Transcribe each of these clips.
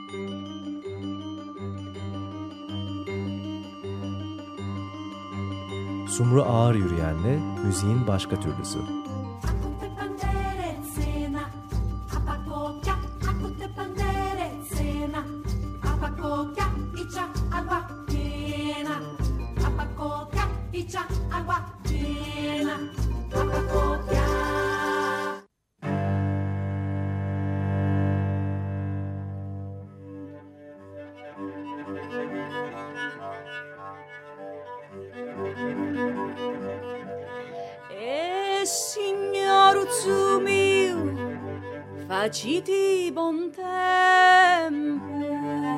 Sumru Ağır Yürüyen'le müziğin başka türlüsü. Signor mio, faciti bon tempo,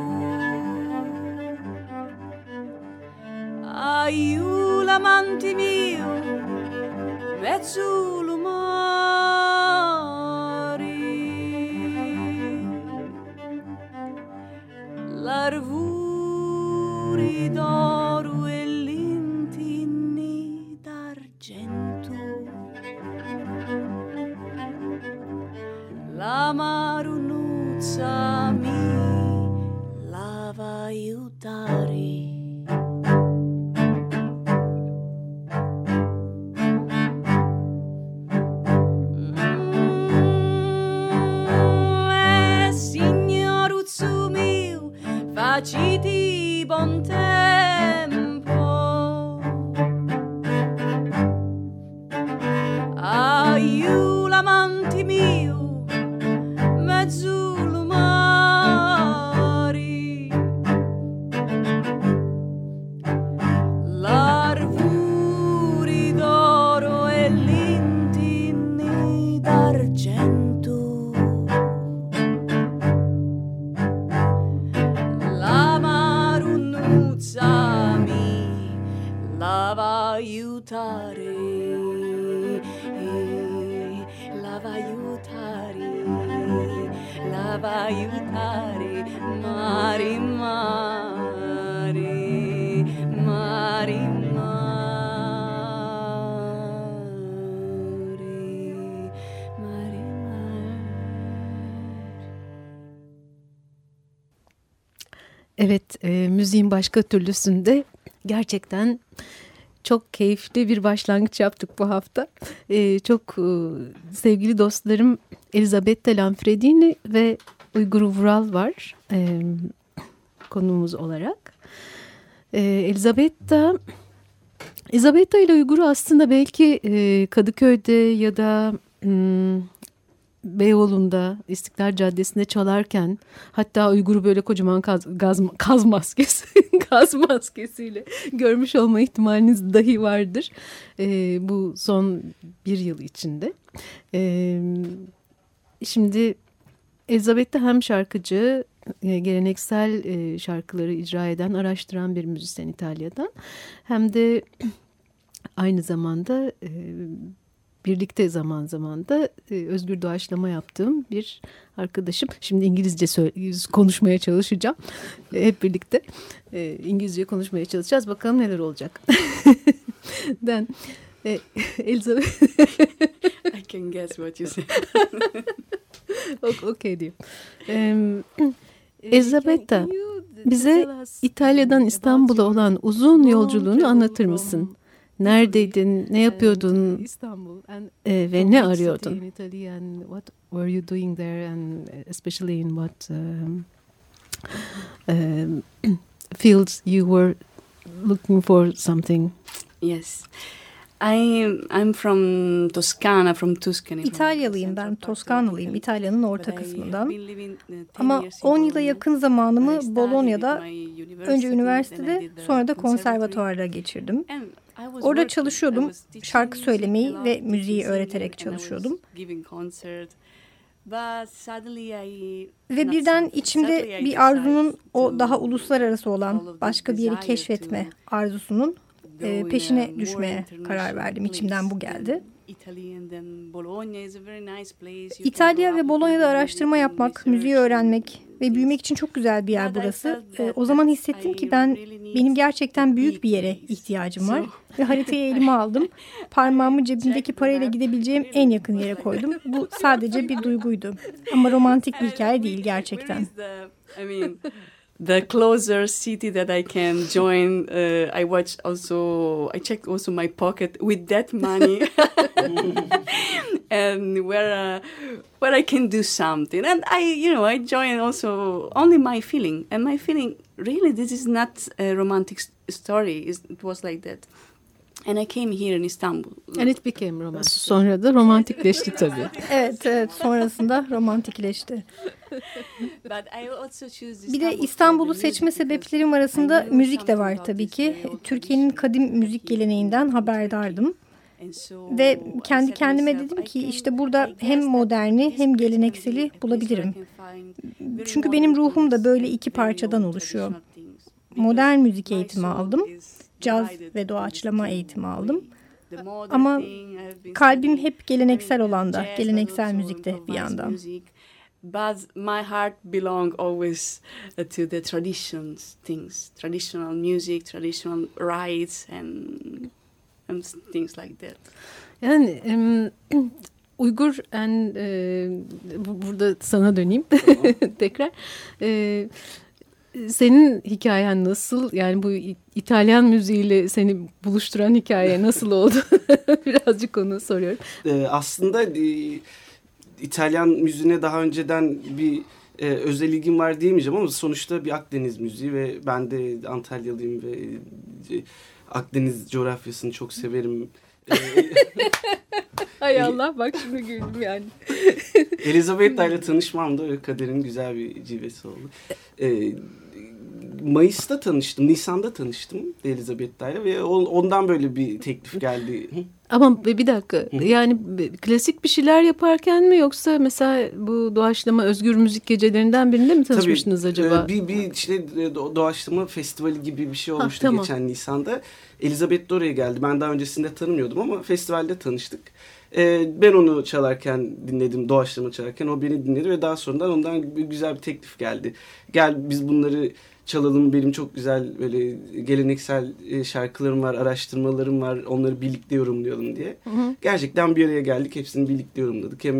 aiu l'amante mio, mezzo lumari, l'arvuri d'oro e lintini d'argento. La marunuzza mi lava aiutare. Signoruzzo mio, faciti bon tempo. Aiu l'amante mio, Zulumari, l'arvuri d'oro e lintini d'argento, la marunuzza mi lava aiutare, lava aiutare, lava aiutare, mari, mari, mari, mari, mari, mari. Evet, müziğin başka türlüsünde gerçekten çok keyifli bir başlangıç yaptık bu hafta. Çok sevgili dostlarım Elisabetta Lanfredini ve Uygur Vural var konumuz olarak. Elisabetta ile Uygur'u aslında belki Kadıköy'de ya da Beyoğlu'nda, İstiklal Caddesi'nde çalarken, hatta Uygur'u böyle kocaman gaz maskesiyle görmüş olma ihtimaliniz dahi vardır. Bu son bir yıl içinde. Şimdi Elisabetta hem şarkıcı, geleneksel şarkıları icra eden, araştıran bir müzisyen İtalya'dan, hem de aynı zamanda birlikte zaman zaman da özgür doğaçlama yaptığım bir arkadaşım. Şimdi İngilizce konuşmaya çalışacağım. Hep birlikte İngilizce konuşmaya çalışacağız. Bakalım neler olacak. Elizabeth. I can guess what you say. Okay diyor. Elisabetta, bize İtalya'dan İstanbul'a olan uzun yolculuğunu anlatır mısın? Neredeydin, ne yapıyordun ve ne arıyordun? What were you doing there, and especially in what fields you were looking for something? Yes. I'm from Toscana, from Tuscany. İtalyalıyım ben, Toskanalıyım, İtalya'nın orta kısmından. Ama 10 yıla yakın zamanımı Bologna'da, önce üniversitede, sonra da konservatuvarda geçirdim. Orada çalışıyordum, şarkı söylemeyi ve müziği öğreterek çalışıyordum. Ve birden içimde bir arzunun, o daha uluslararası olan başka bir yeri keşfetme arzusunun peşine düşmeye karar verdim. İçimden bu geldi. İtalya ve Bologna'da araştırma yapmak, müziği öğrenmek, ve büyümek için çok güzel bir yer burası. O zaman hissettim ki benim gerçekten büyük bir yere ihtiyacım var. Ve haritayı elime aldım. Parmağımı cebimdeki parayla gidebileceğim en yakın yere koydum. Bu sadece bir duyguydu. Ama romantik bir hikaye değil gerçekten. The closer city that I can join, I checked also my pocket with that money, and where I can do something, and I join also only my feeling, and my feeling really this is not a romantic story. It was like that. And I came here in Istanbul. And it became romantic. Sonra da romantikleşti tabii. Evet, sonrasında romantikleşti. Bir de İstanbul'u seçme sebeplerim arasında müzik de var tabii ki. Türkiye'nin kadim müzik geleneğinden haberdardım. Ve kendi kendime dedim ki işte burada hem moderni hem gelenekseli bulabilirim. Çünkü benim ruhum da böyle iki parçadan oluşuyor. Modern müzik eğitimi aldım. Caz ve doğaçlama eğitimi aldım. Ama kalbim hep geleneksel olanda, geleneksel müzikte bir yandan. But my heart belong always to the traditions things, traditional music, traditional rites and things like that. Yani Uygur burada sana döneyim tekrar. Senin hikayen nasıl? Yani bu İtalyan müziğiyle seni buluşturan hikaye nasıl oldu? Birazcık onu soruyorum. Aslında İtalyan müziğine daha önceden bir özel ilgim var diyemeyeceğim ama sonuçta bir Akdeniz müziği ve ben de Antalyalıyım ve Akdeniz coğrafyasını çok severim. Hay Allah, bak şimdi güldüm yani. Elizabeth'la ile tanışmam da kaderin güzel bir cilvesi oldu. Mayıs'ta tanıştım, Nisan'da tanıştım Elizabeth'la ile ve ondan böyle bir teklif geldi. Ama bir dakika, yani klasik bir şeyler yaparken mi yoksa mesela bu doğaçlama özgür müzik gecelerinden birinde mi tanışmıştınız acaba? Bir işte doğaçlama festivali gibi bir şey olmuştu tamam. Geçen Nisan'da. Elizabeth de oraya geldi. Ben daha öncesinde tanımıyordum ama festivalde tanıştık. Ben onu çalarken dinledim, doğaçlama çalarken o beni dinledi ve daha sonradan ondan güzel bir teklif geldi. Gel biz bunları çalalım, benim çok güzel böyle geleneksel şarkılarım var, araştırmalarım var, onları birlikte yorumlayalım diye. Hı. Gerçekten bir araya geldik, hepsini birlikte yorumladık. Hem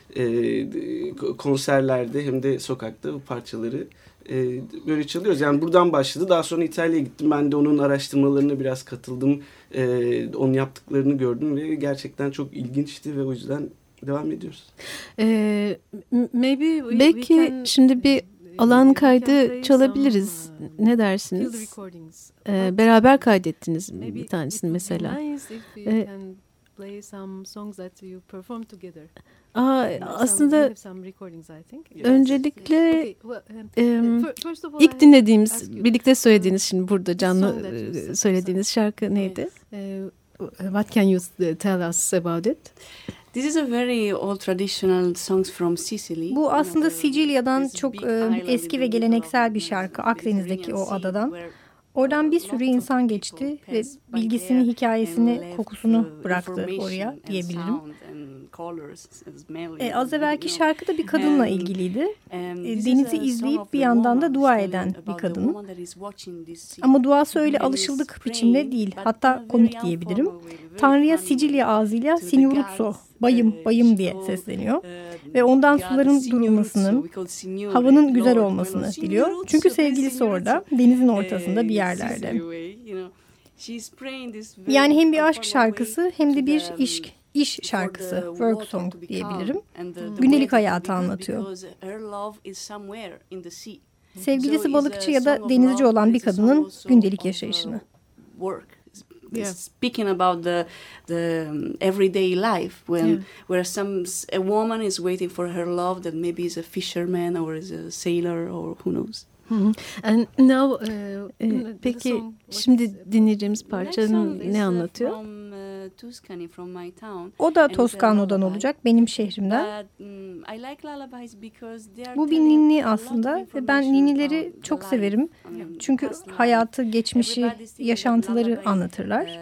konserlerde hem de sokakta bu parçaları böyle çalıyoruz. Yani buradan başladı. Daha sonra İtalya'ya gittim. Ben de onun araştırmalarına biraz katıldım. Onun yaptıklarını gördüm ve gerçekten çok ilginçti ve o yüzden devam ediyoruz. Belki şimdi bir alan kaydı çalabiliriz. Ne dersiniz? Beraber kaydettiniz bir tanesini mesela. Aslında öncelikle ilk dinlediğimiz, birlikte söylediğiniz, şimdi burada canlı söylediğiniz şarkı neydi? What can you tell us about it? This is a very old traditional songs from Sicily. Bu aslında Sicilya'dan çok eski ve geleneksel bir şarkı, Akdeniz'deki o adadan. Oradan bir sürü insan geçti ve bilgisini, hikayesini, kokusunu bıraktı oraya diyebilirim. Az evvelki şarkı da bir kadınla ilgiliydi. Denizi izleyip bir yandan da dua eden bir kadın. Ama duası öyle alışıldık biçimde değil. Hatta komik diyebilirim. Tanrı'ya Sicilya ağzıyla Signoruzzo, bayım, bayım diye sesleniyor. Ve ondan suların durulmasını, havanın güzel olmasını diliyor. Çünkü sevgilisi orada, denizin ortasında bir yerlerde. Yani hem bir aşk şarkısı hem de bir iş şarkısı, work song diyebilirim. Gündelik hayatı anlatıyor. Sevgilisi balıkçı ya da denizci olan bir kadının gündelik yaşayışını. Speaking about the everyday life where a woman is waiting for her love that maybe is a fisherman or is a sailor or who knows. And now, peki şimdi dinleyeceğimiz parçanın ne anlatıyor? O da Toscano'dan olacak, benim şehrimden. Bu bir ninni aslında ve ben ninnileri çok severim. Çünkü hayatı, geçmişi, yaşantıları anlatırlar.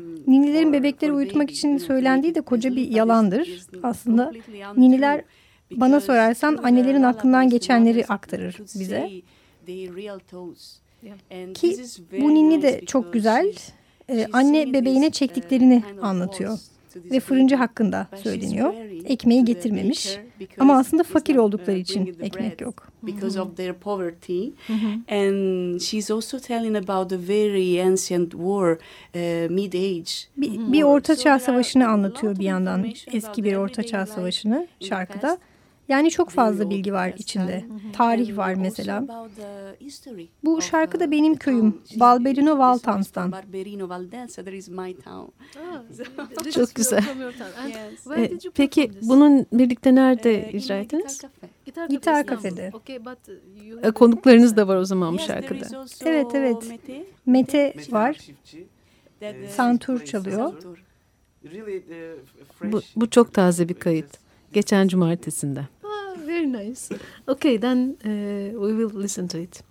Ninnilerin bebekleri uyutmak için söylendiği de koca bir yalandır. Aslında ninniler Bana sorarsan annelerin aklından geçenleri aktarır bize. Ki bu ninni de çok güzel. Anne bebeğine çektiklerini anlatıyor. Ve fırıncı hakkında söyleniyor. Ekmeği getirmemiş ama aslında fakir oldukları için ekmek yok. Because of their poverty. And she's also telling about the very ancient war, mid-age. Bir ortaçağ savaşını anlatıyor bir yandan. Eski bir ortaçağ savaşını şarkıda. Yani çok fazla bilgi var içinde. Tarih var mesela. Bu şarkı da benim köyüm. Balberino Valtans'tan. Çok güzel. Peki bunun birlikte nerede icra ettiniz? Gitar Kafede. Konuklarınız da var o zaman bu şarkıda. Evet. Mete var. Santur çalıyor. Bu çok taze bir kayıt. Geçen cumartesinde. Very nice. Okay, then we will listen to it.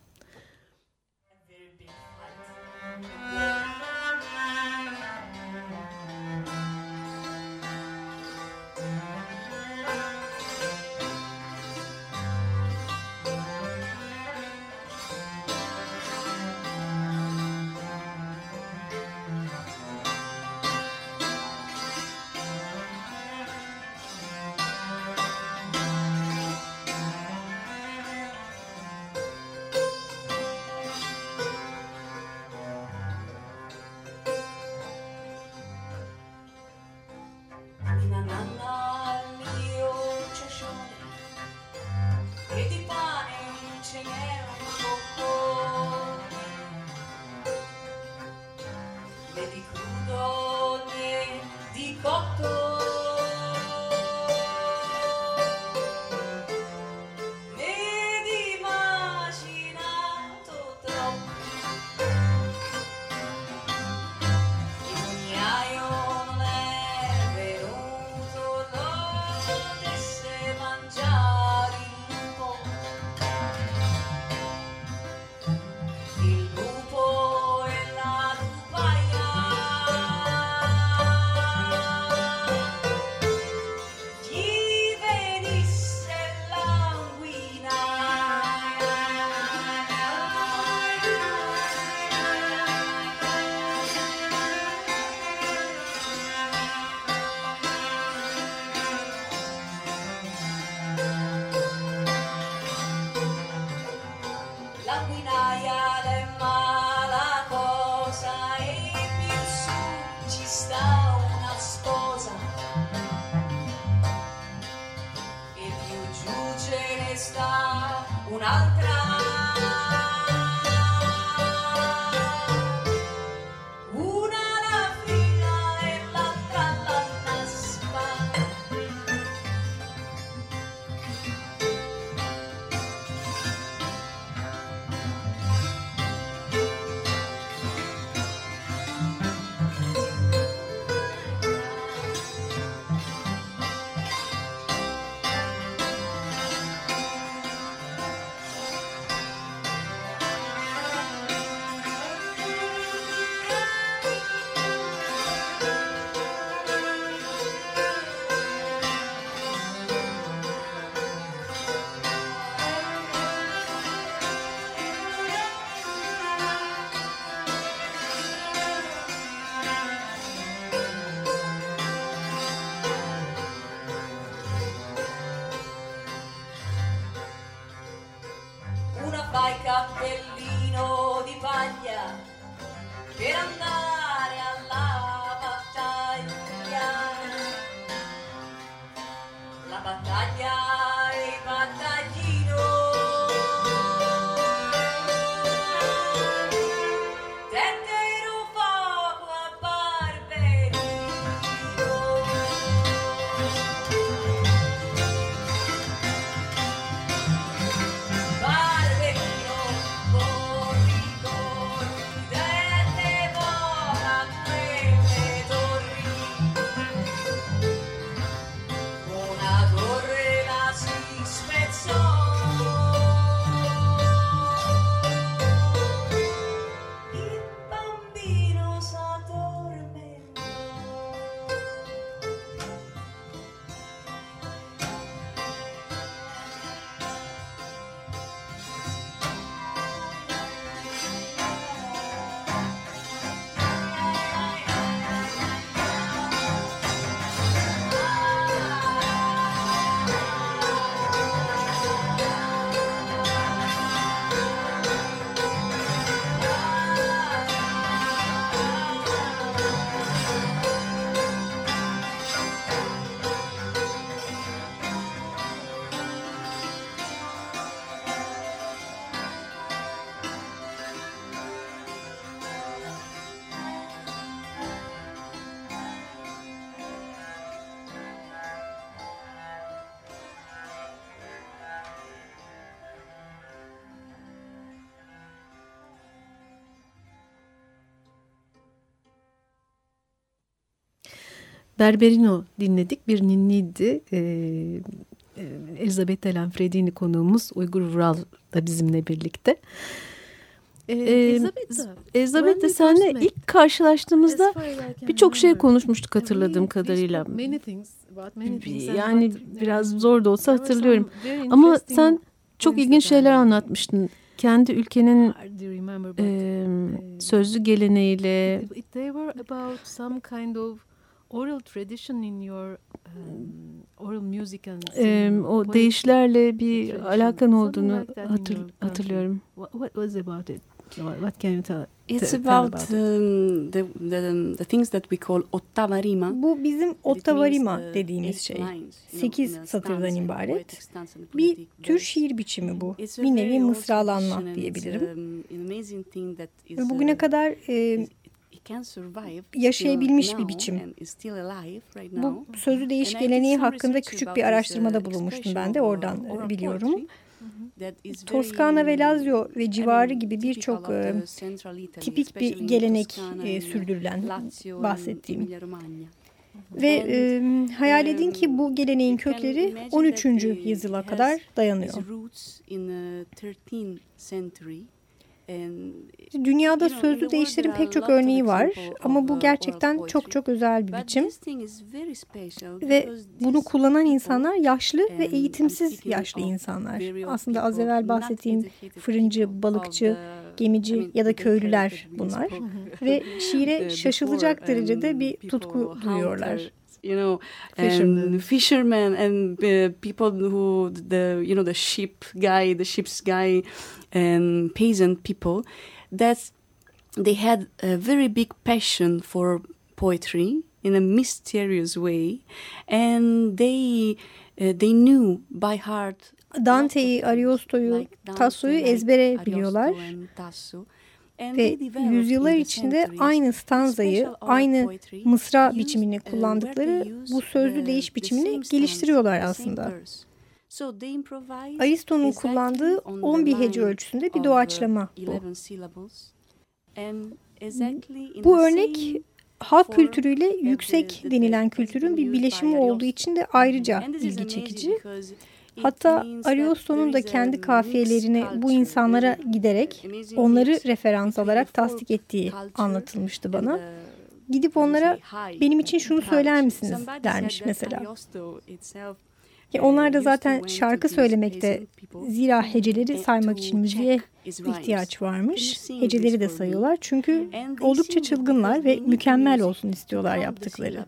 fai cappellino di paglia per andare alla battaglia. La battaglia e il battaglino tennero fuoco a Barberino. Barberino, corri, corri, delle vola quelle torri. Una torre la Berberino dinledik. Bir ninniydi. Elisabetta Lanfredini konuğumuz. Uygur Vural da bizimle birlikte. Elisabetta senle ilk karşılaştığımızda birçok şey konuşmuştuk hatırladığım kadarıyla. Yani biraz zor da olsa hatırlıyorum. Ama sen çok ilginç şeyler anlatmıştın. Kendi ülkenin sözlü geleneğiyle. Oral tradition in your oral music and o deyişlerle bir alakan olduğunu hatırlıyorum. What was about it? What can you tell? It's about the things that we call ottava rima. Bu bizim ottava rima dediğimiz şey. 8 satırdan ibaret. Bir tür şiir biçimi bu. Bir nevi mısralanma diyebilirim. Ve bugüne kadar yaşayabilmiş bir biçim. Bu sözlü deyiş geleneği hakkında küçük bir araştırmada bulunmuştum ben de, oradan biliyorum. Toskana ve Lazio ve civarı gibi birçok tipik bir gelenek sürdürülen bahsettiğim. Ve hayal edin ki bu geleneğin kökleri 13. yüzyıla kadar dayanıyor. Dünyada sözlü deyişlerin pek çok örneği var ama bu gerçekten çok çok özel bir biçim. Ve bunu kullanan insanlar yaşlı ve eğitimsiz yaşlı insanlar. Aslında az evvel bahsettiğim fırıncı, balıkçı, gemici ya da köylüler bunlar. Ve şiire şaşılacak derecede bir tutku duyuyorlar. Fishermen and people who the ship's guy and peasant people, that they had a very big passion for poetry in a mysterious way, and they knew by heart Dante'yi, Ariosto'yu, Tasso'yu ezbere biliyorlar. Ve yüzyıllar içinde aynı stanzayı, aynı mısra biçimini kullandıkları bu sözlü deyiş biçimini geliştiriyorlar aslında. Aristo'nun kullandığı 11 hece ölçüsünde bir doğaçlama bu. Bu örnek halk kültürüyle yüksek denilen kültürün bir bileşimi olduğu için de ayrıca ilgi çekici. Hatta Ariosto'nun da kendi kafiyelerini bu insanlara giderek onları referans alarak tasdik ettiği anlatılmıştı bana. Gidip onlara benim için şunu söyler misiniz dermiş mesela. Onlar da zaten şarkı söylemekte, zira heceleri saymak için müziğe ihtiyaç varmış. Heceleri de sayıyorlar çünkü oldukça çılgınlar ve mükemmel olsun istiyorlar yaptıkları.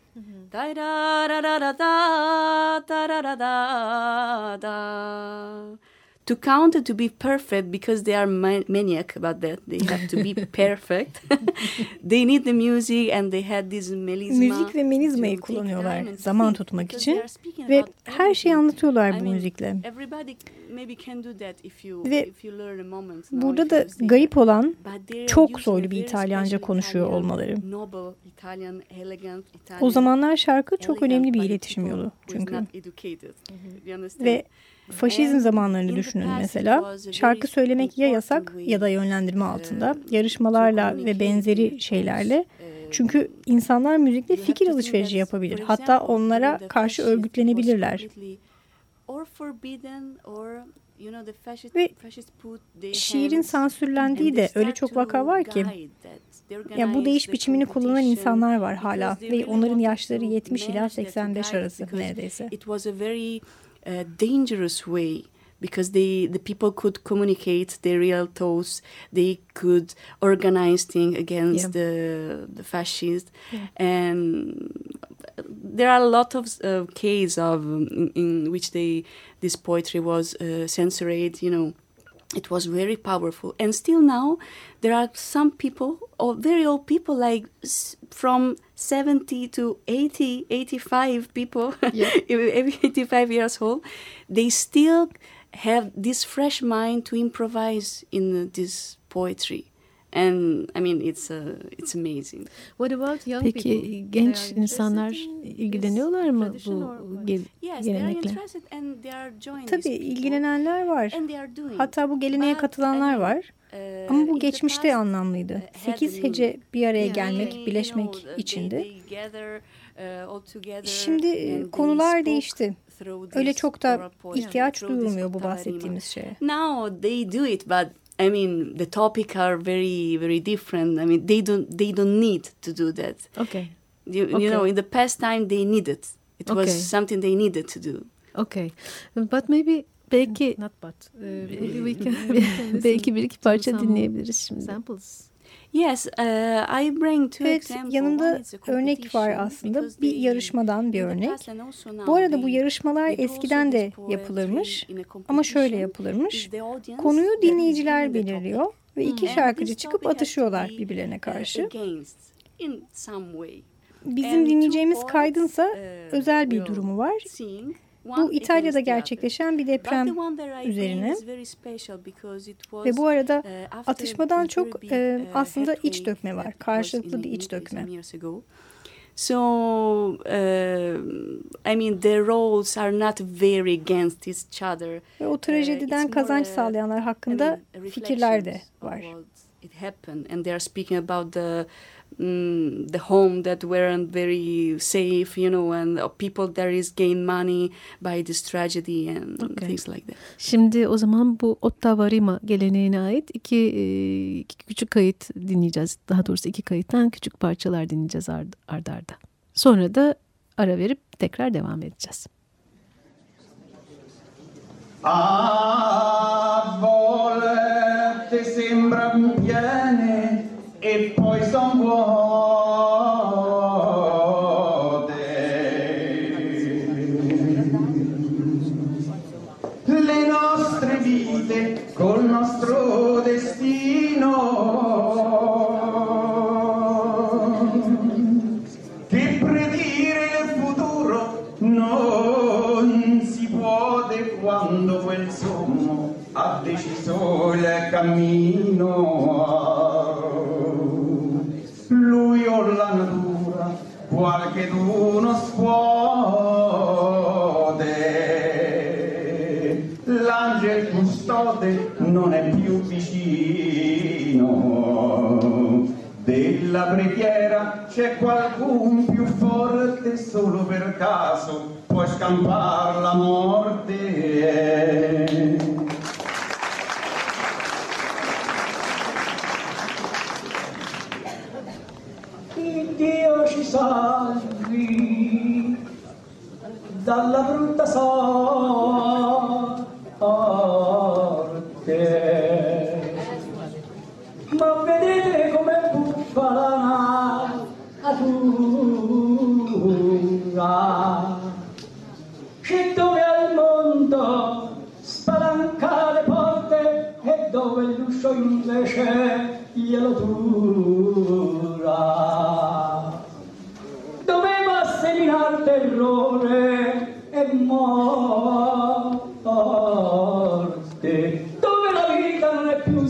To count it to be perfect, because they are maniac about that. They have to be perfect. They need the music and they had this melisma. Müzik ve melizmayı kullanıyorlar zaman tutmak için ve her şeyi anlatıyorlar bu müzikle. Ve burada da garip olan çok soylu bir İtalyanca konuşuyor olmaları. O zamanlar şarkı çok önemli bir iletişim yolu çünkü. Ve faşizm zamanlarını düşünün mesela. Şarkı söylemek ya yasak ya da yönlendirme altında. Yarışmalarla ve benzeri şeylerle. Çünkü insanlar müzikle fikir alışverişi yapabilir. Hatta onlara karşı örgütlenebilirler. Ve şiirin sansürlendiği de öyle çok vaka var ki. Ya bu deyiş biçimini kullanan insanlar var hala ve onların yaşları 70 ila 85 arası neredeyse. Dangerous way, because the people could communicate their real thoughts, they could organize things against the fascists, and there are a lot of cases of in which this poetry was censored. It was very powerful, and still now there are some people, or very old people, like from 70 to 80, 85 people, 85 years old, they still have this fresh mind to improvise in this poetry. And I mean, it's amazing. What about young people? Peki genç insanlar ilgileniyorlar mı bu gelenekle? Tabii ilgilenenler var. Hatta bu geleneğe katılanlar var. Ama bu geçmişte anlamlıydı. 8 hece bir araya gelmek, birleşmek içindi. Şimdi konular değişti. Öyle çok da ihtiyaç duyulmuyor bu bahsettiğimiz şeye. Now they do it, but I mean the topic are very very different. I mean they don't need to do that. Okay. You know, in the past time they needed. It was something they needed to do. Okay. But maybe belki belki bir iki parça dinleyebiliriz şimdi. Samples. Yes, I bring two evet, yanında örnek var aslında. Bir yarışmadan bir örnek. Bu arada bu yarışmalar eskiden de yapılırmış. Ama şöyle yapılırmış. Konuyu dinleyiciler belirliyor ve iki şarkıcı çıkıp atışıyorlar birbirlerine karşı. Bizim dinleyeceğimiz kaydınsa özel bir durumu var. Bu İtalya'da gerçekleşen bir deprem üzerine ve bu arada atışmadan çok aslında iç dökme var. Karşılıklı bir iç dökme. So, I mean, the roles are not very against each other. Ve o trajediden kazanç sağlayanlar hakkında fikirler de var. It happened, and they are speaking about the home that weren't very safe, you know, and people that is gain money by this tragedy and things like that. Şimdi o zaman bu Ottava Rima geleneğine ait iki küçük kayıt dinleyeceğiz. Daha doğrusu iki kayıttan küçük parçalar dinleyeceğiz arda arda. Sonra da ara verip tekrar devam edeceğiz. A volte sembran piene e poi son vuote. Le nostre vite col nostro destino che predire il futuro non si può de quando quel sommo ha deciso il cammino. Lui o la natura, qualcheduno scuote. L'angel custode non è più vicino. Della preghiera c'è qualcun più forte, solo per caso può scampar la morte. Dio ci salvi dalla brutta sorte, ma vedete come buffa la natura, che dove al mondo spalanca le porte e dove l'uscio invece glielo dura. Doveva seminar terrore e morte, dove la vita non è più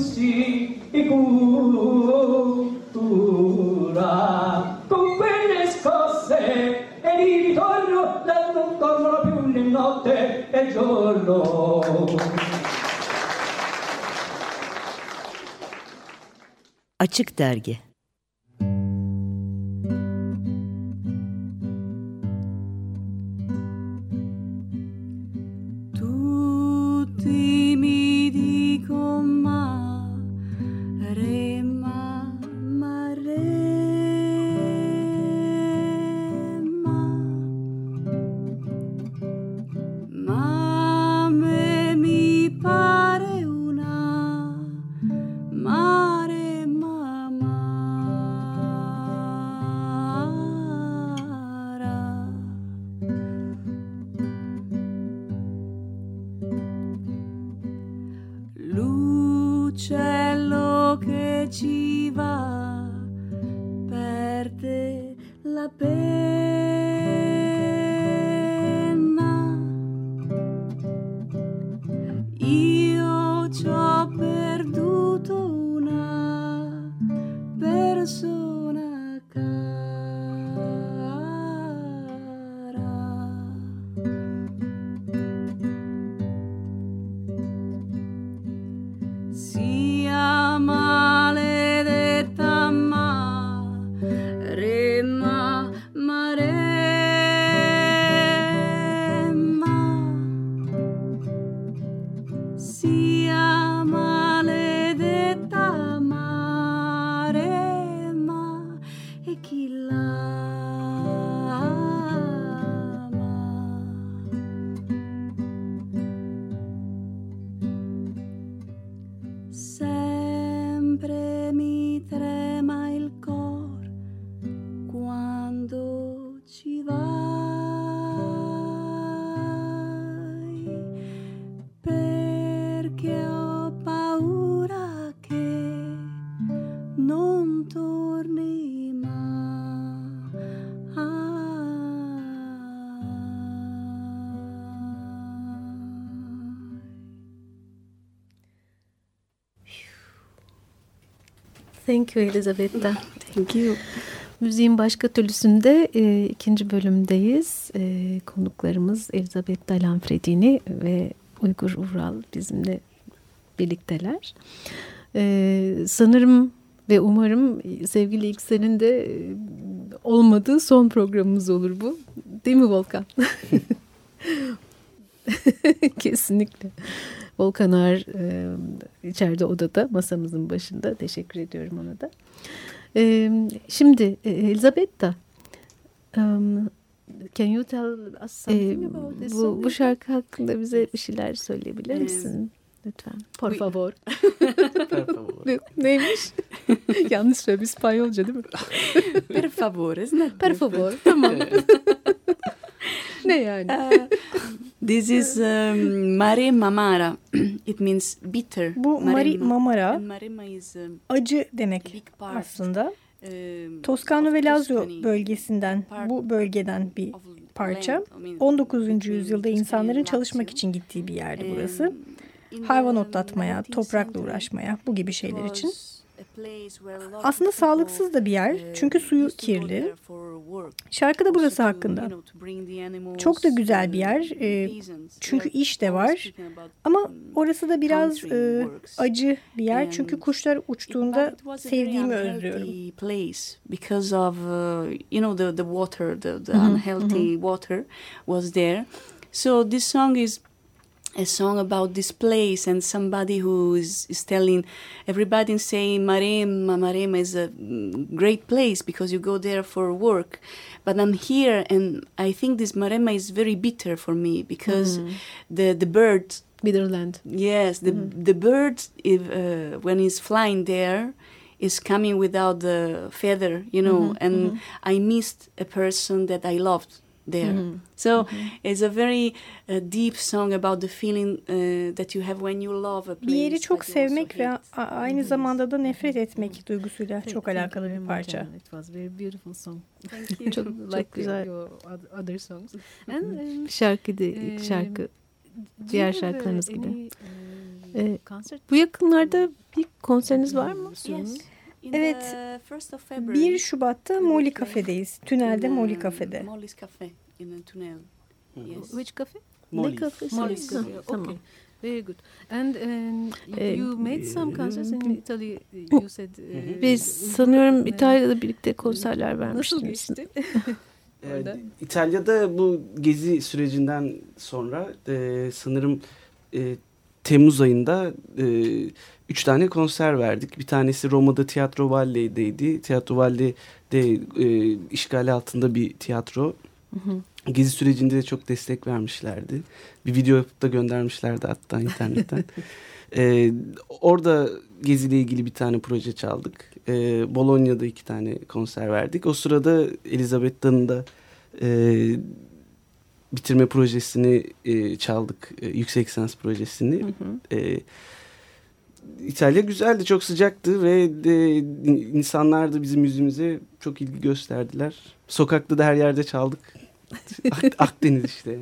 sicura. Con quelle scosse e di ritorno non tornano più né notte e giorno. Açık Dergi. Tutti mi dicono Maremma, ma a me mi pare una Maremma amara. L'uccello che ci va perde la penna. Io ci ho perduto una Thank you Elizabeth'ta. Thank you. Müziğin başka türlüsünde ikinci bölümdeyiz. Konuklarımız Elizabeth Lanfredini ve Uygur Ural bizimle birlikteler. Sanırım ve umarım sevgili İlksen'in de olmadığı son programımız olur bu. Değil mi Volkan? Kesinlikle. Volkan Ağar içeride odada masamızın başında. Teşekkür ediyorum ona da. Şimdi Elizabeth'ta can you tell us something about this song? Bu şarkı hakkında bize bir şeyler söyleyebilir misin? Lütfen. Por favor. Per favor. Neymiş? Yanlış söylüyorum. İspanyolca değil mi? Per favor, isn't it? Per favor. Tamam. Ne yani? This is Mare Mamara. It means bitter. Bu Mare Mamara Maremma is acı demek aslında. Toskana ve Lazio bölgesinden, bu bölgeden bir parça. 19. yüzyılda insanların çalışmak için gittiği bir yerdi burası. Hayvan otlatmaya, toprakla uğraşmaya, bu gibi şeyler için. Aslında sağlıksız da bir yer çünkü suyu kirli. Şarkı da burası hakkında. Çok da güzel bir yer çünkü iş de var. Ama orası da biraz acı bir yer çünkü kuşlar uçtuğunda sevdiğimi özlüyorum. Because of the water, the unhealthy water was there. So this song is a song about this place and somebody who is telling everybody saying Maremma is a great place because you go there for work, but I'm here and I think this Maremma is very bitter for me because the bird Bitterland. Yes, the bird when he's flying there is coming without the feather, and I missed a person that I loved there. So it's a very deep song about the feeling that you have when you love a place. Bir yeri çok sevmek ve aynı zamanda da nefret etmek duygusuyla çok alakalı bir parça. It was very beautiful song. Thank you. Çok güzel. Your other songs. And şarkı diğer şarkılarınız gibi. Bu yakınlarda bir konseriniz var mı? Yes. Evet, 1 Şubat'ta Molly Cafe'deyiz. Tünelde Molly Cafe'de. Molly's Cafe in a tunnel. Yes. Which cafe? Molly. Ne kafesi? Molly's Cafe. Tamam. Okay. Very good. And you made some concerts in Italy. You said. Biz sanıyorum İtalya'da birlikte konserler vermiştiniz. Nasıl geçti? İtalya'da bu gezi sürecinden sonra sanırım Temmuz ayında 3 tane konser verdik. Bir tanesi Roma'da Teatro Valle'deydi. Teatro Valle de işgali altında bir tiyatro. Gezi sürecinde de çok destek vermişlerdi. Bir video yapıp da göndermişlerdi hatta internetten. Orada geziyle ilgili bir tane proje çaldık. Bologna'da 2 tane konser verdik. O sırada Elizabeth'tanın da bitirme projesini çaldık. Yüksek lisans projesini. İtalya güzeldi, çok sıcaktı ve insanlar da bizim yüzümüze çok ilgi gösterdiler. Sokakta da her yerde çaldık. Akdeniz işte.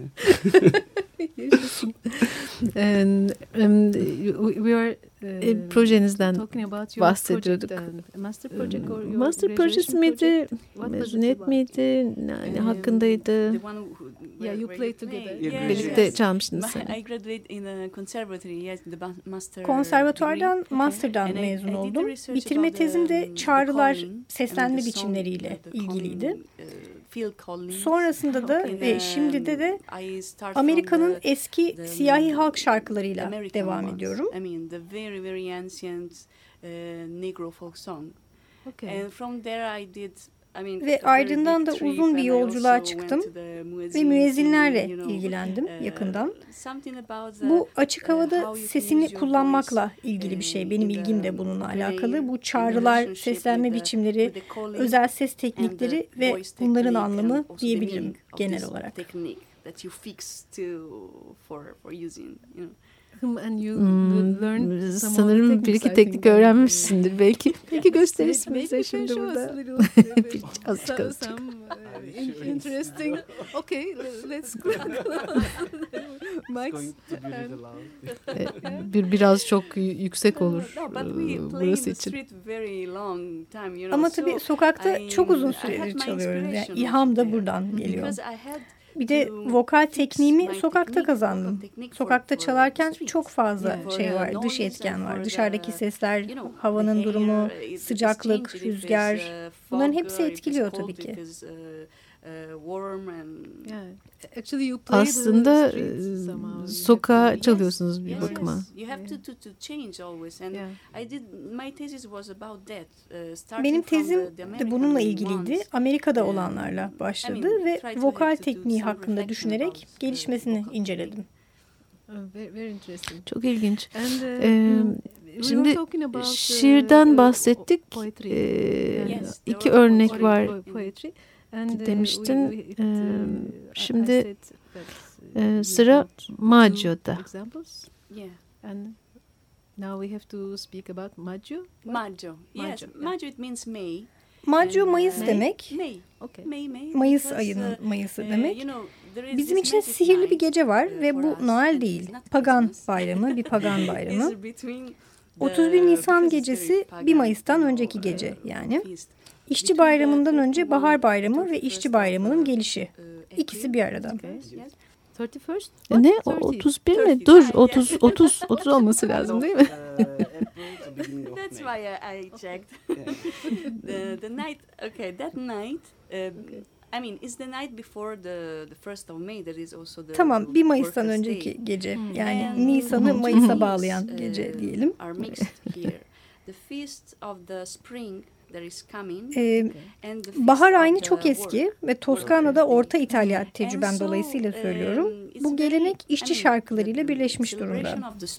We are projenizden bahsediyorduk. Master projesi miydi? Mezuniyet miydi? Ne hakkındaydı? Yeah, you played together. Birlikte çalmıştınız sen. I graduated in a conservatory. Yes, the master. Konservatuardan, master'dan mezun oldum. Bitirme tezim de çağrılar, seslenme biçimleriyle ilgiliydi. Sonrasında da ve şimdi de Amerika'nın eski siyahi halk şarkılarıyla devam ediyorum. I mean the very very ancient Negro folk song. Okay. And from there I did ve ardından da uzun bir yolculuğa çıktım ve müezzinlerle ilgilendim yakından. Bu açık havada sesini kullanmakla ilgili bir şey. Benim ilgim de bununla alakalı. Bu çağrılar, seslenme biçimleri, özel ses teknikleri ve bunların anlamı diyebilirim genel olarak. that you fix for using, you know. And you learned sanırım bir iki teknik öğrenmişsindir belki. Belki gösterirsin bize şimdi burada. Azıcık. Interesting. Okay, let's go. Max. Biraz çok yüksek olur burası için. Ama tabii sokakta çok uzun süredir çalıyoruz. Yani ilham da buradan geliyor. Bir de vokal tekniğimi sokakta kazandım. Sokakta çalarken çok fazla şey var, dış etken var. Dışarıdaki sesler, havanın durumu, sıcaklık, rüzgar. Bunların hepsi etkiliyor tabii ki. Aslında sokağa çalıyorsunuz bir bakıma. Benim tezim de bununla ilgiliydi. Amerika'da olanlarla başladı ve vokal tekniği hakkında düşünerek gelişmesini inceledim. Çok ilginç. Şimdi şiirden bahsettik. İki örnek var demiştin. Şimdi sıra Maggio'da. Now we have to speak about Maggio. Maggio. Yes, Maggio it means May. Maggio Mayıs demek. May. Okay. Mayıs ayının Mayıs'ı demek. Bizim için sihirli bir gece var ve bu Noel değil. Pagan bayramı, bir pagan bayramı. 31 Nisan gecesi 1 Mayıs'tan önceki gece yani. İşçi bayramından önce bahar bayramı ve işçi bayramının gelişi. İkisi bir arada. 31st? Ne? 31 mi? Dur, 30 olması lazım değil mi? That's why I checked. The night, okay, that night, I mean, it's the night before the 1st of May. There is also the Tamam, 1 Mayıs'tan önceki gece. Yani Nisan'ı Mayıs'a bağlayan gece diyelim. Are mixed here. The feast of the spring. Bahar aynı çok eski ve Toskana'da Orta İtalya tecrübem dolayısıyla söylüyorum. Bu gelenek işçi şarkılarıyla birleşmiş durumda.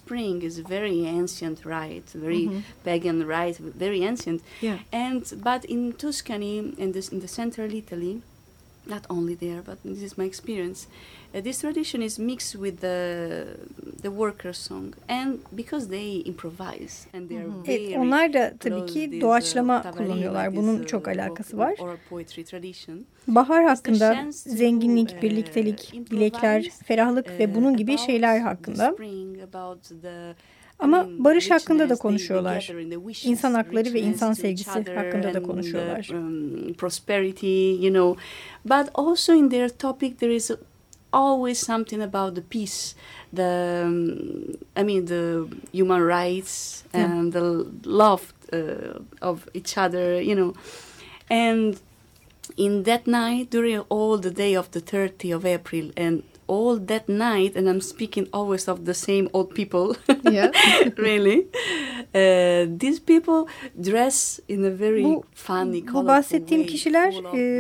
But in Tuscany and in the central Italy, not only there, but this is my experience. This tradition is mixed with the worker song, and because they improvise and they are very onlar da tabii ki doğaçlama kullanıyorlar. Bunun çok alakası var. Bahar hakkında zenginlik, birliktelik, dilekler, ferahlık ve bunun gibi şeyler hakkında. Ama barış hakkında da konuşuyorlar. İnsan hakları ve insan sevgisi hakkında da konuşuyorlar. Prosperity, you know. But also in their topic there is always something about the peace, the human rights and the love of each other, you know. And in that night, during all the day of the 30th of April and all that night, and I'm speaking always of the same old people, really. These people dress in a very funny, colorful bahsettiğim kişiler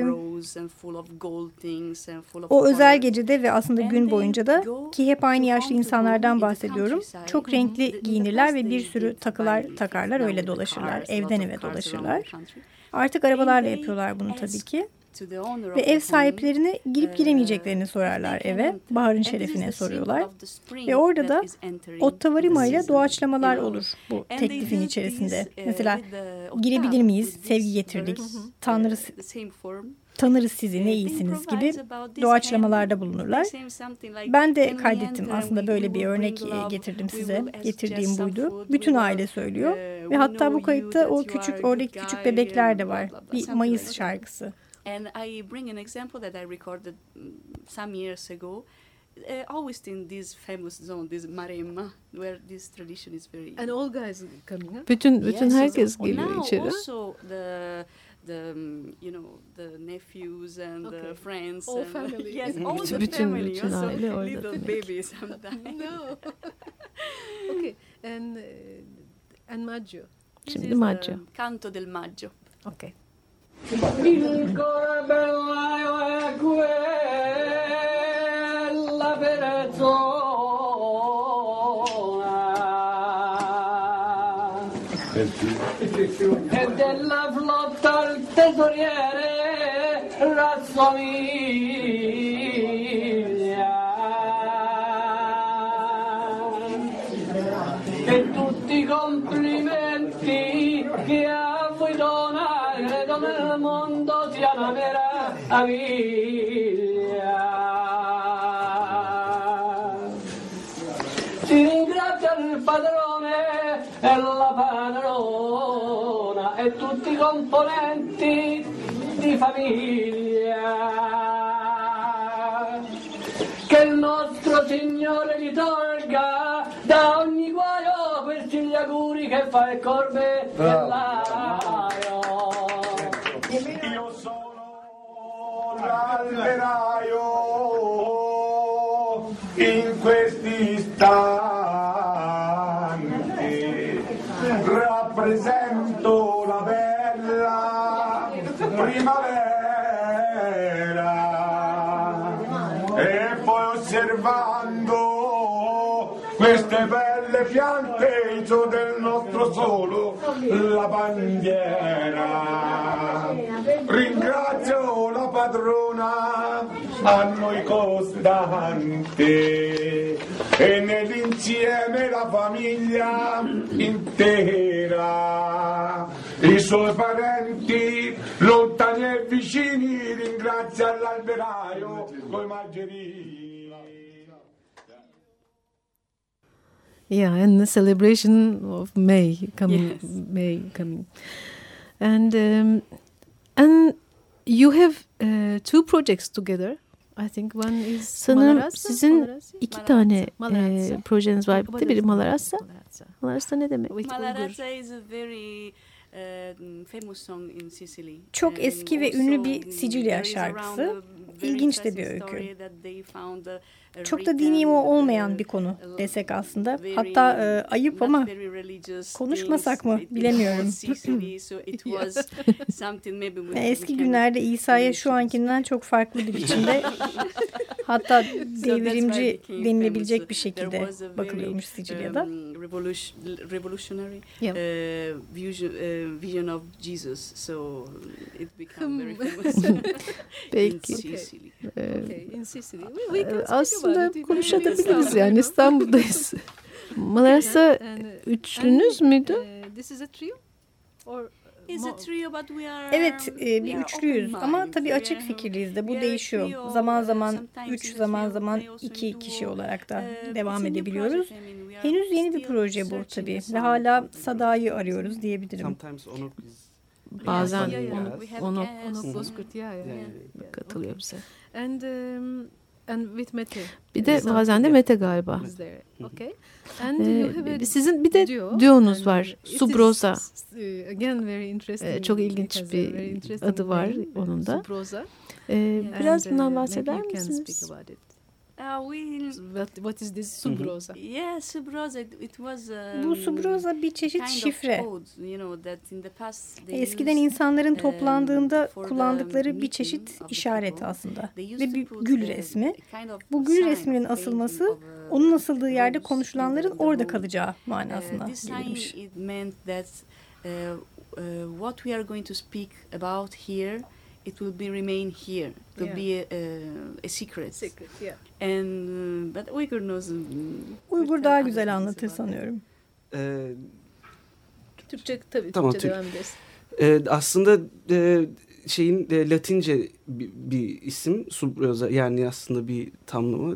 o özel gecede ve aslında gün boyunca da, ki hep aynı yaşlı insanlardan bahsediyorum, çok renkli giyinirler ve bir sürü takılar takarlar, öyle dolaşırlar, evden eve dolaşırlar. Artık arabalarla yapıyorlar bunu tabii ki. Ve ev sahiplerine girip giremeyeceklerini sorarlar eve. Baharın şerefine soruyorlar. Ve orada da ottavarima ile doğaçlamalar olur bu teklifin içerisinde. Mesela girebilir miyiz? Sevgi getirdik. Tanırız sizi, ne iyisiniz gibi doğaçlamalarda bulunurlar. Ben de kaydettim aslında, böyle bir örnek getirdim size. Getirdiğim buydu. Bütün aile söylüyor. Ve hatta bu kayıtta oradaki küçük bebekler de var. Bir Mayıs şarkısı. And I bring an example that I recorded some years ago, always in this famous zone, this Maremma, where this tradition is very. And all guys coming up. Bütün herkes geliyor içeri. Also the the nephews and the friends. All family. Yes, all the family. Bütün aile orada. Little babies sometimes. No. Okay, and Maggio. Şimdi Maggio. Canto del Maggio. Okay. Il cuore bello è quella persona e della flotta al tesoriere Razzomiglia complimenti che a voi donare, credo nel mondo sia una meraviglia. Si ringrazia il padrone e la padrona e tutti i componenti di famiglia. Che il nostro Signore li tolga da ogni guaio, questi gli auguri che fa il corbe dell'aio. Io sono l'alberaio in questi istanti, rappresento la bella primavera. E poi osservando queste belle piante, il suo del nostro solo, la bandiera. Ringrazio la padrona a noi costante e nell'insieme la famiglia intera. I suoi parenti, lontani e vicini, ringrazia l'alberaio coi margerini. Yeah, and the celebration of May coming, yes. May coming, and you have two projects together. I think one is sanırım Malarassa, sizin Malarassa? iki tane Malarassa. projeniz var. Biri Malarassa. Malarassa ne demek? Malarassa is a very famous song in Sicily. Çok eski ve ünlü bir Sicilya şarkısı. İlginç de bir öykü. Çok da dini olmayan bir konu desek aslında. Hatta ayıp ama konuşmasak mı bilemiyorum. Eski günlerde İsa'ya şu ankinden çok farklı bir biçimde, hatta devrimci denilebilecek bir şekilde bakılıyormuş Sicilya'da. Revolutionary vision of Jesus, so it became very famous. Belki. In Sicily. In Sicily. Aslında konuşabiliriz yani, İstanbul'dayız. Malarassa üçlünüz müydü? This is a trio? Or is a trio, but we are, evet, bir üçlüyüz ama tabii açık fikirliyiz de, bu değişiyor. Zaman zaman 3, zaman zaman 2 kişi olarak da devam edebiliyoruz. Henüz yeni bir proje bu tabii ve hala sadayı arıyoruz diyebilirim. Bazen Onok Bozkurt katılıyor bize. And with Mete. Bir de bazen de Mete galiba. Okay. Sizin bir de duonuz var. Subroza. Again very interesting. Çok ilginç bir adı var onun da. Subroza. Biraz bundan bahseder misiniz? What is this Subroza? Yes, Subroza. It was. Bu Subroza bir çeşit şifre. Eskiden insanların toplandığında kullandıkları bir çeşit işaret aslında ve bir gül resmi. Bu gül resminin asılması, onun asıldığı yerde konuşulanların orada kalacağı manasına gelmiş. What we are going to speak about here, it will be remain here. It will be a secret. Secret, yeah. And but Uygur knows. Uygur daha güzel anlatır sanıyorum. Türkçe tabii. Tamam, Türkçe devam ederiz. Aslında şeyin Latince bir isim, Subroza, yani aslında bir tamlama.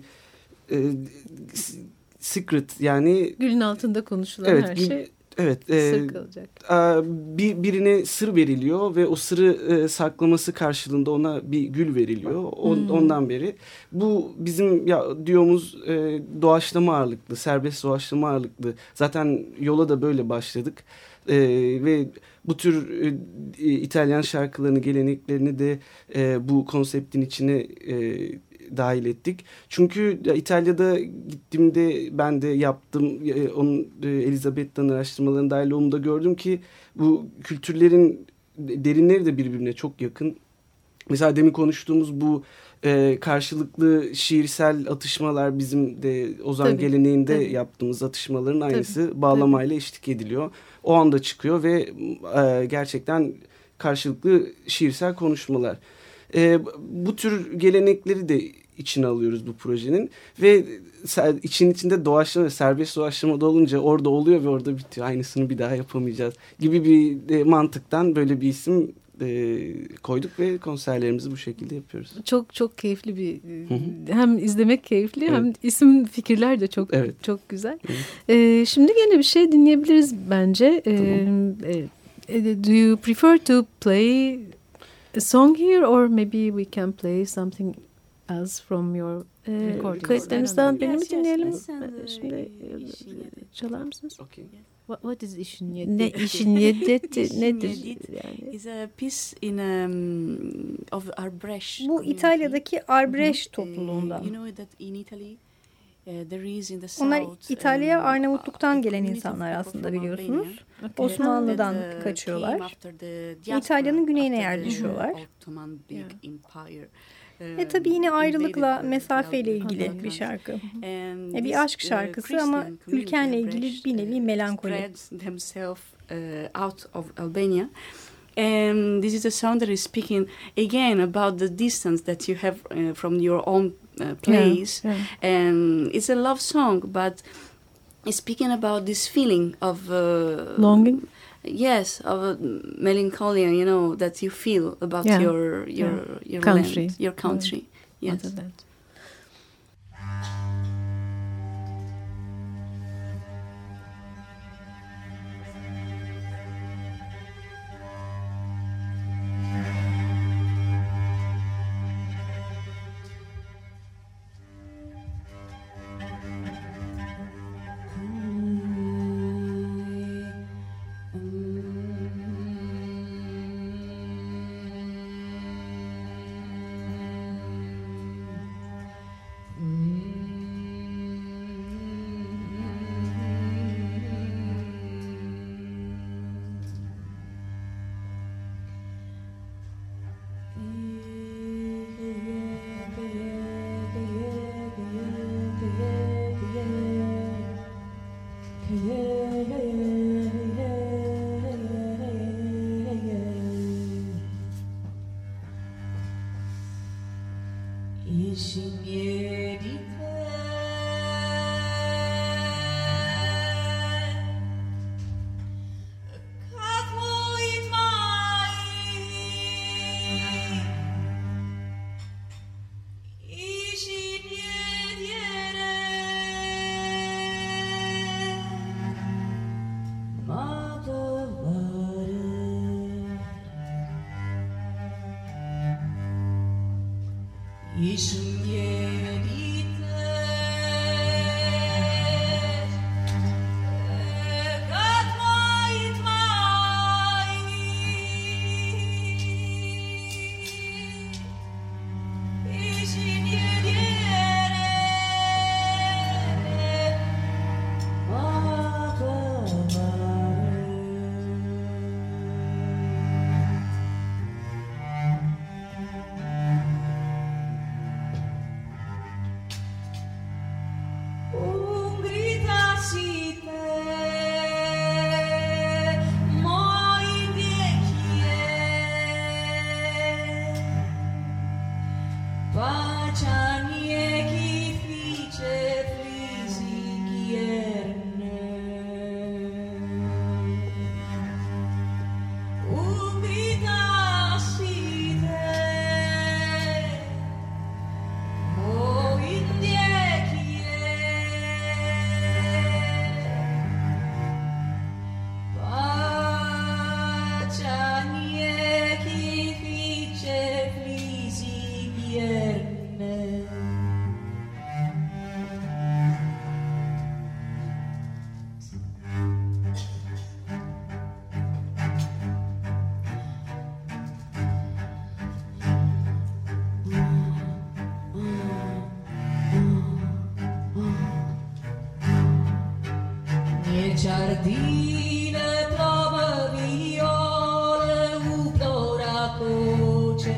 Secret, yani gülün altında konuşulan her şey. Evet, sır kalacak. Birine sır veriliyor ve o sırrı saklaması karşılığında ona bir gül veriliyor. Ondan beri. Bu bizim diyomuz doğaçlama ağırlıklı, serbest doğaçlama ağırlıklı. Zaten yola da böyle başladık. Ve bu tür İtalyan şarkılarını, geleneklerini de bu konseptin içine dahil ettik. Çünkü İtalya'da gittiğimde ben de yaptım. Onun Elizabetta'nın araştırmalarına dahil olduğumda gördüm ki bu kültürlerin derinleri de birbirine çok yakın. Mesela demin konuştuğumuz bu karşılıklı şiirsel atışmalar, bizim de Ozan geleneğinde yaptığımız atışmaların aynısı bağlamayla eşlik ediliyor. O anda çıkıyor ve gerçekten karşılıklı şiirsel konuşmalar. Bu tür gelenekleri de içine alıyoruz bu projenin ve içinde doğaçlama, serbest doğaçlama da olunca orada oluyor ve orada bitiyor. Aynısını bir daha yapamayacağız gibi bir mantıktan böyle bir isim koyduk ve konserlerimizi bu şekilde yapıyoruz. Çok çok keyifli bir hem izlemek keyifli hem isim fikirler de çok çok güzel. Şimdi gene bir şey dinleyebiliriz bence. Do you prefer to play a song here or maybe we can play something else from your kayıtlarınızdan birini mi dinleyelim? Şimdi çalar mısınız? Okay. What is İşinyedet? Ne İşinyedet nedir? Yani? Is a piece in of Arbrecht. Bu İtalya'daki Arbrecht topluluğundan. You know that in Italy onlar İtalya, Arnavutluk'tan gelen insanlar aslında biliyorsunuz. Osmanlı'dan kaçıyorlar. İtalya'nın güneyine yerleşiyorlar. Tabii yine ayrılıkla, mesafeyle ilgili bir şarkı. Bir aşk şarkısı ama ülkenle ilgili bir nevi melankoli. And this is a song that is speaking again about the distance that you have from your own place. And it's a love song, but it's speaking about this feeling of longing. Yes, of melancholy, you know, that you feel about your country, land, your country. Yes. Giardine trova viole uplora croce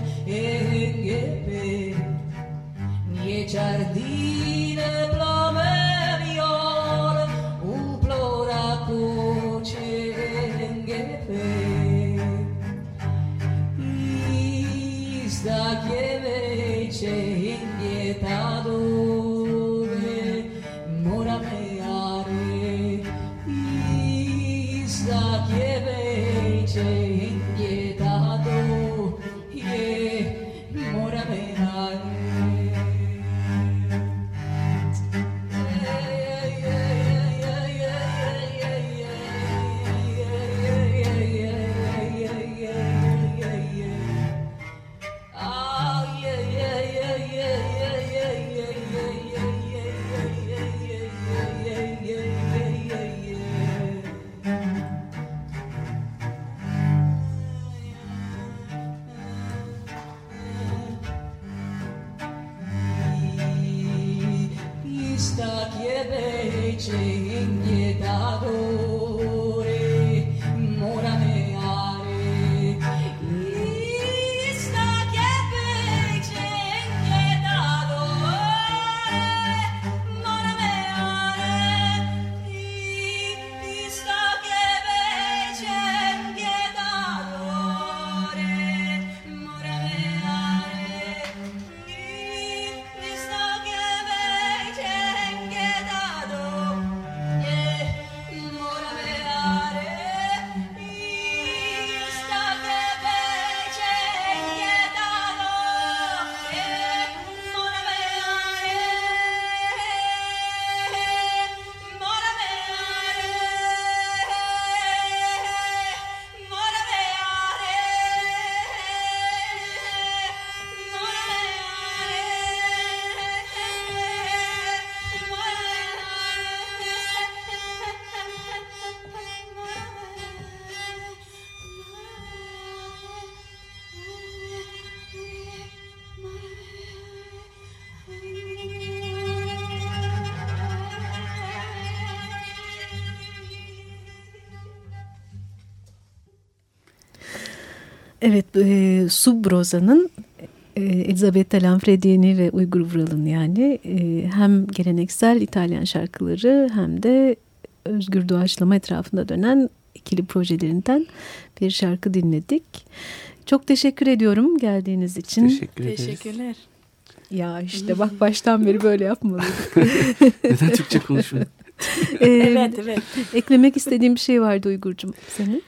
e per nie giardine trova viole uplora croce e per sta che vece indieta Evet, Subroza'nın Elisabetta Lanfredini ve Uygur Vural'ın yani hem geleneksel İtalyan şarkıları hem de özgür doğaçlama etrafında dönen ikili projelerinden bir şarkı dinledik. Çok teşekkür ediyorum geldiğiniz için. Teşekkür ederiz. Teşekkürler. Ya işte bak baştan beri böyle yapmalıydık. Neden Türkçe konuşuyorsun? Evet. Eklemek istediğim bir şey vardı Uygur'cum senin.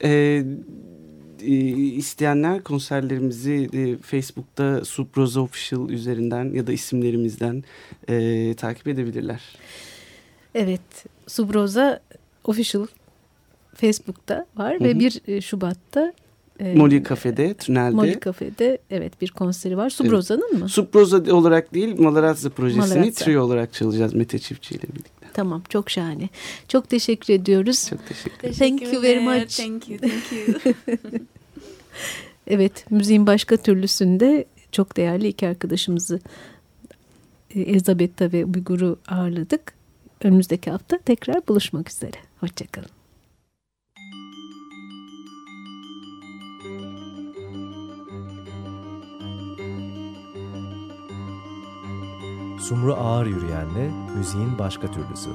İsteyenler konserlerimizi Facebook'ta Subroza Official üzerinden ya da isimlerimizden takip edebilirler. Evet, Subroza Official Facebook'ta var ve 1 Şubat'ta Molly Cafe'de, Tünel'de. Molly Cafe'de evet bir konseri var. Subroza'nın mı? Subroza olarak değil, Malarazza projesini Malarazza. trio olarak çalacağız Mete Çiftçi ile birlikte. Tamam, çok şahane. Çok teşekkür ediyoruz. Çok teşekkür ederim. Thank you very much. Thank you. Evet, müziğin başka türlüsünde çok değerli 2 arkadaşımızı Elisabetta ve Uygur'u ağırladık. Önümüzdeki hafta tekrar buluşmak üzere. Hoşçakalın. Sumru Ağır Yürüyen'le müziğin başka türlüsü.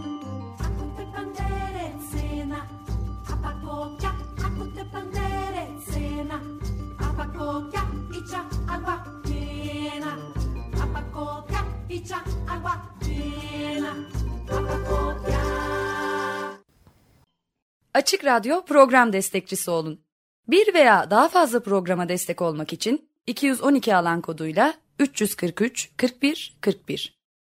Açık Radyo program destekçisi olun. Bir veya daha fazla programa destek olmak için 212 alan koduyla 343 41 41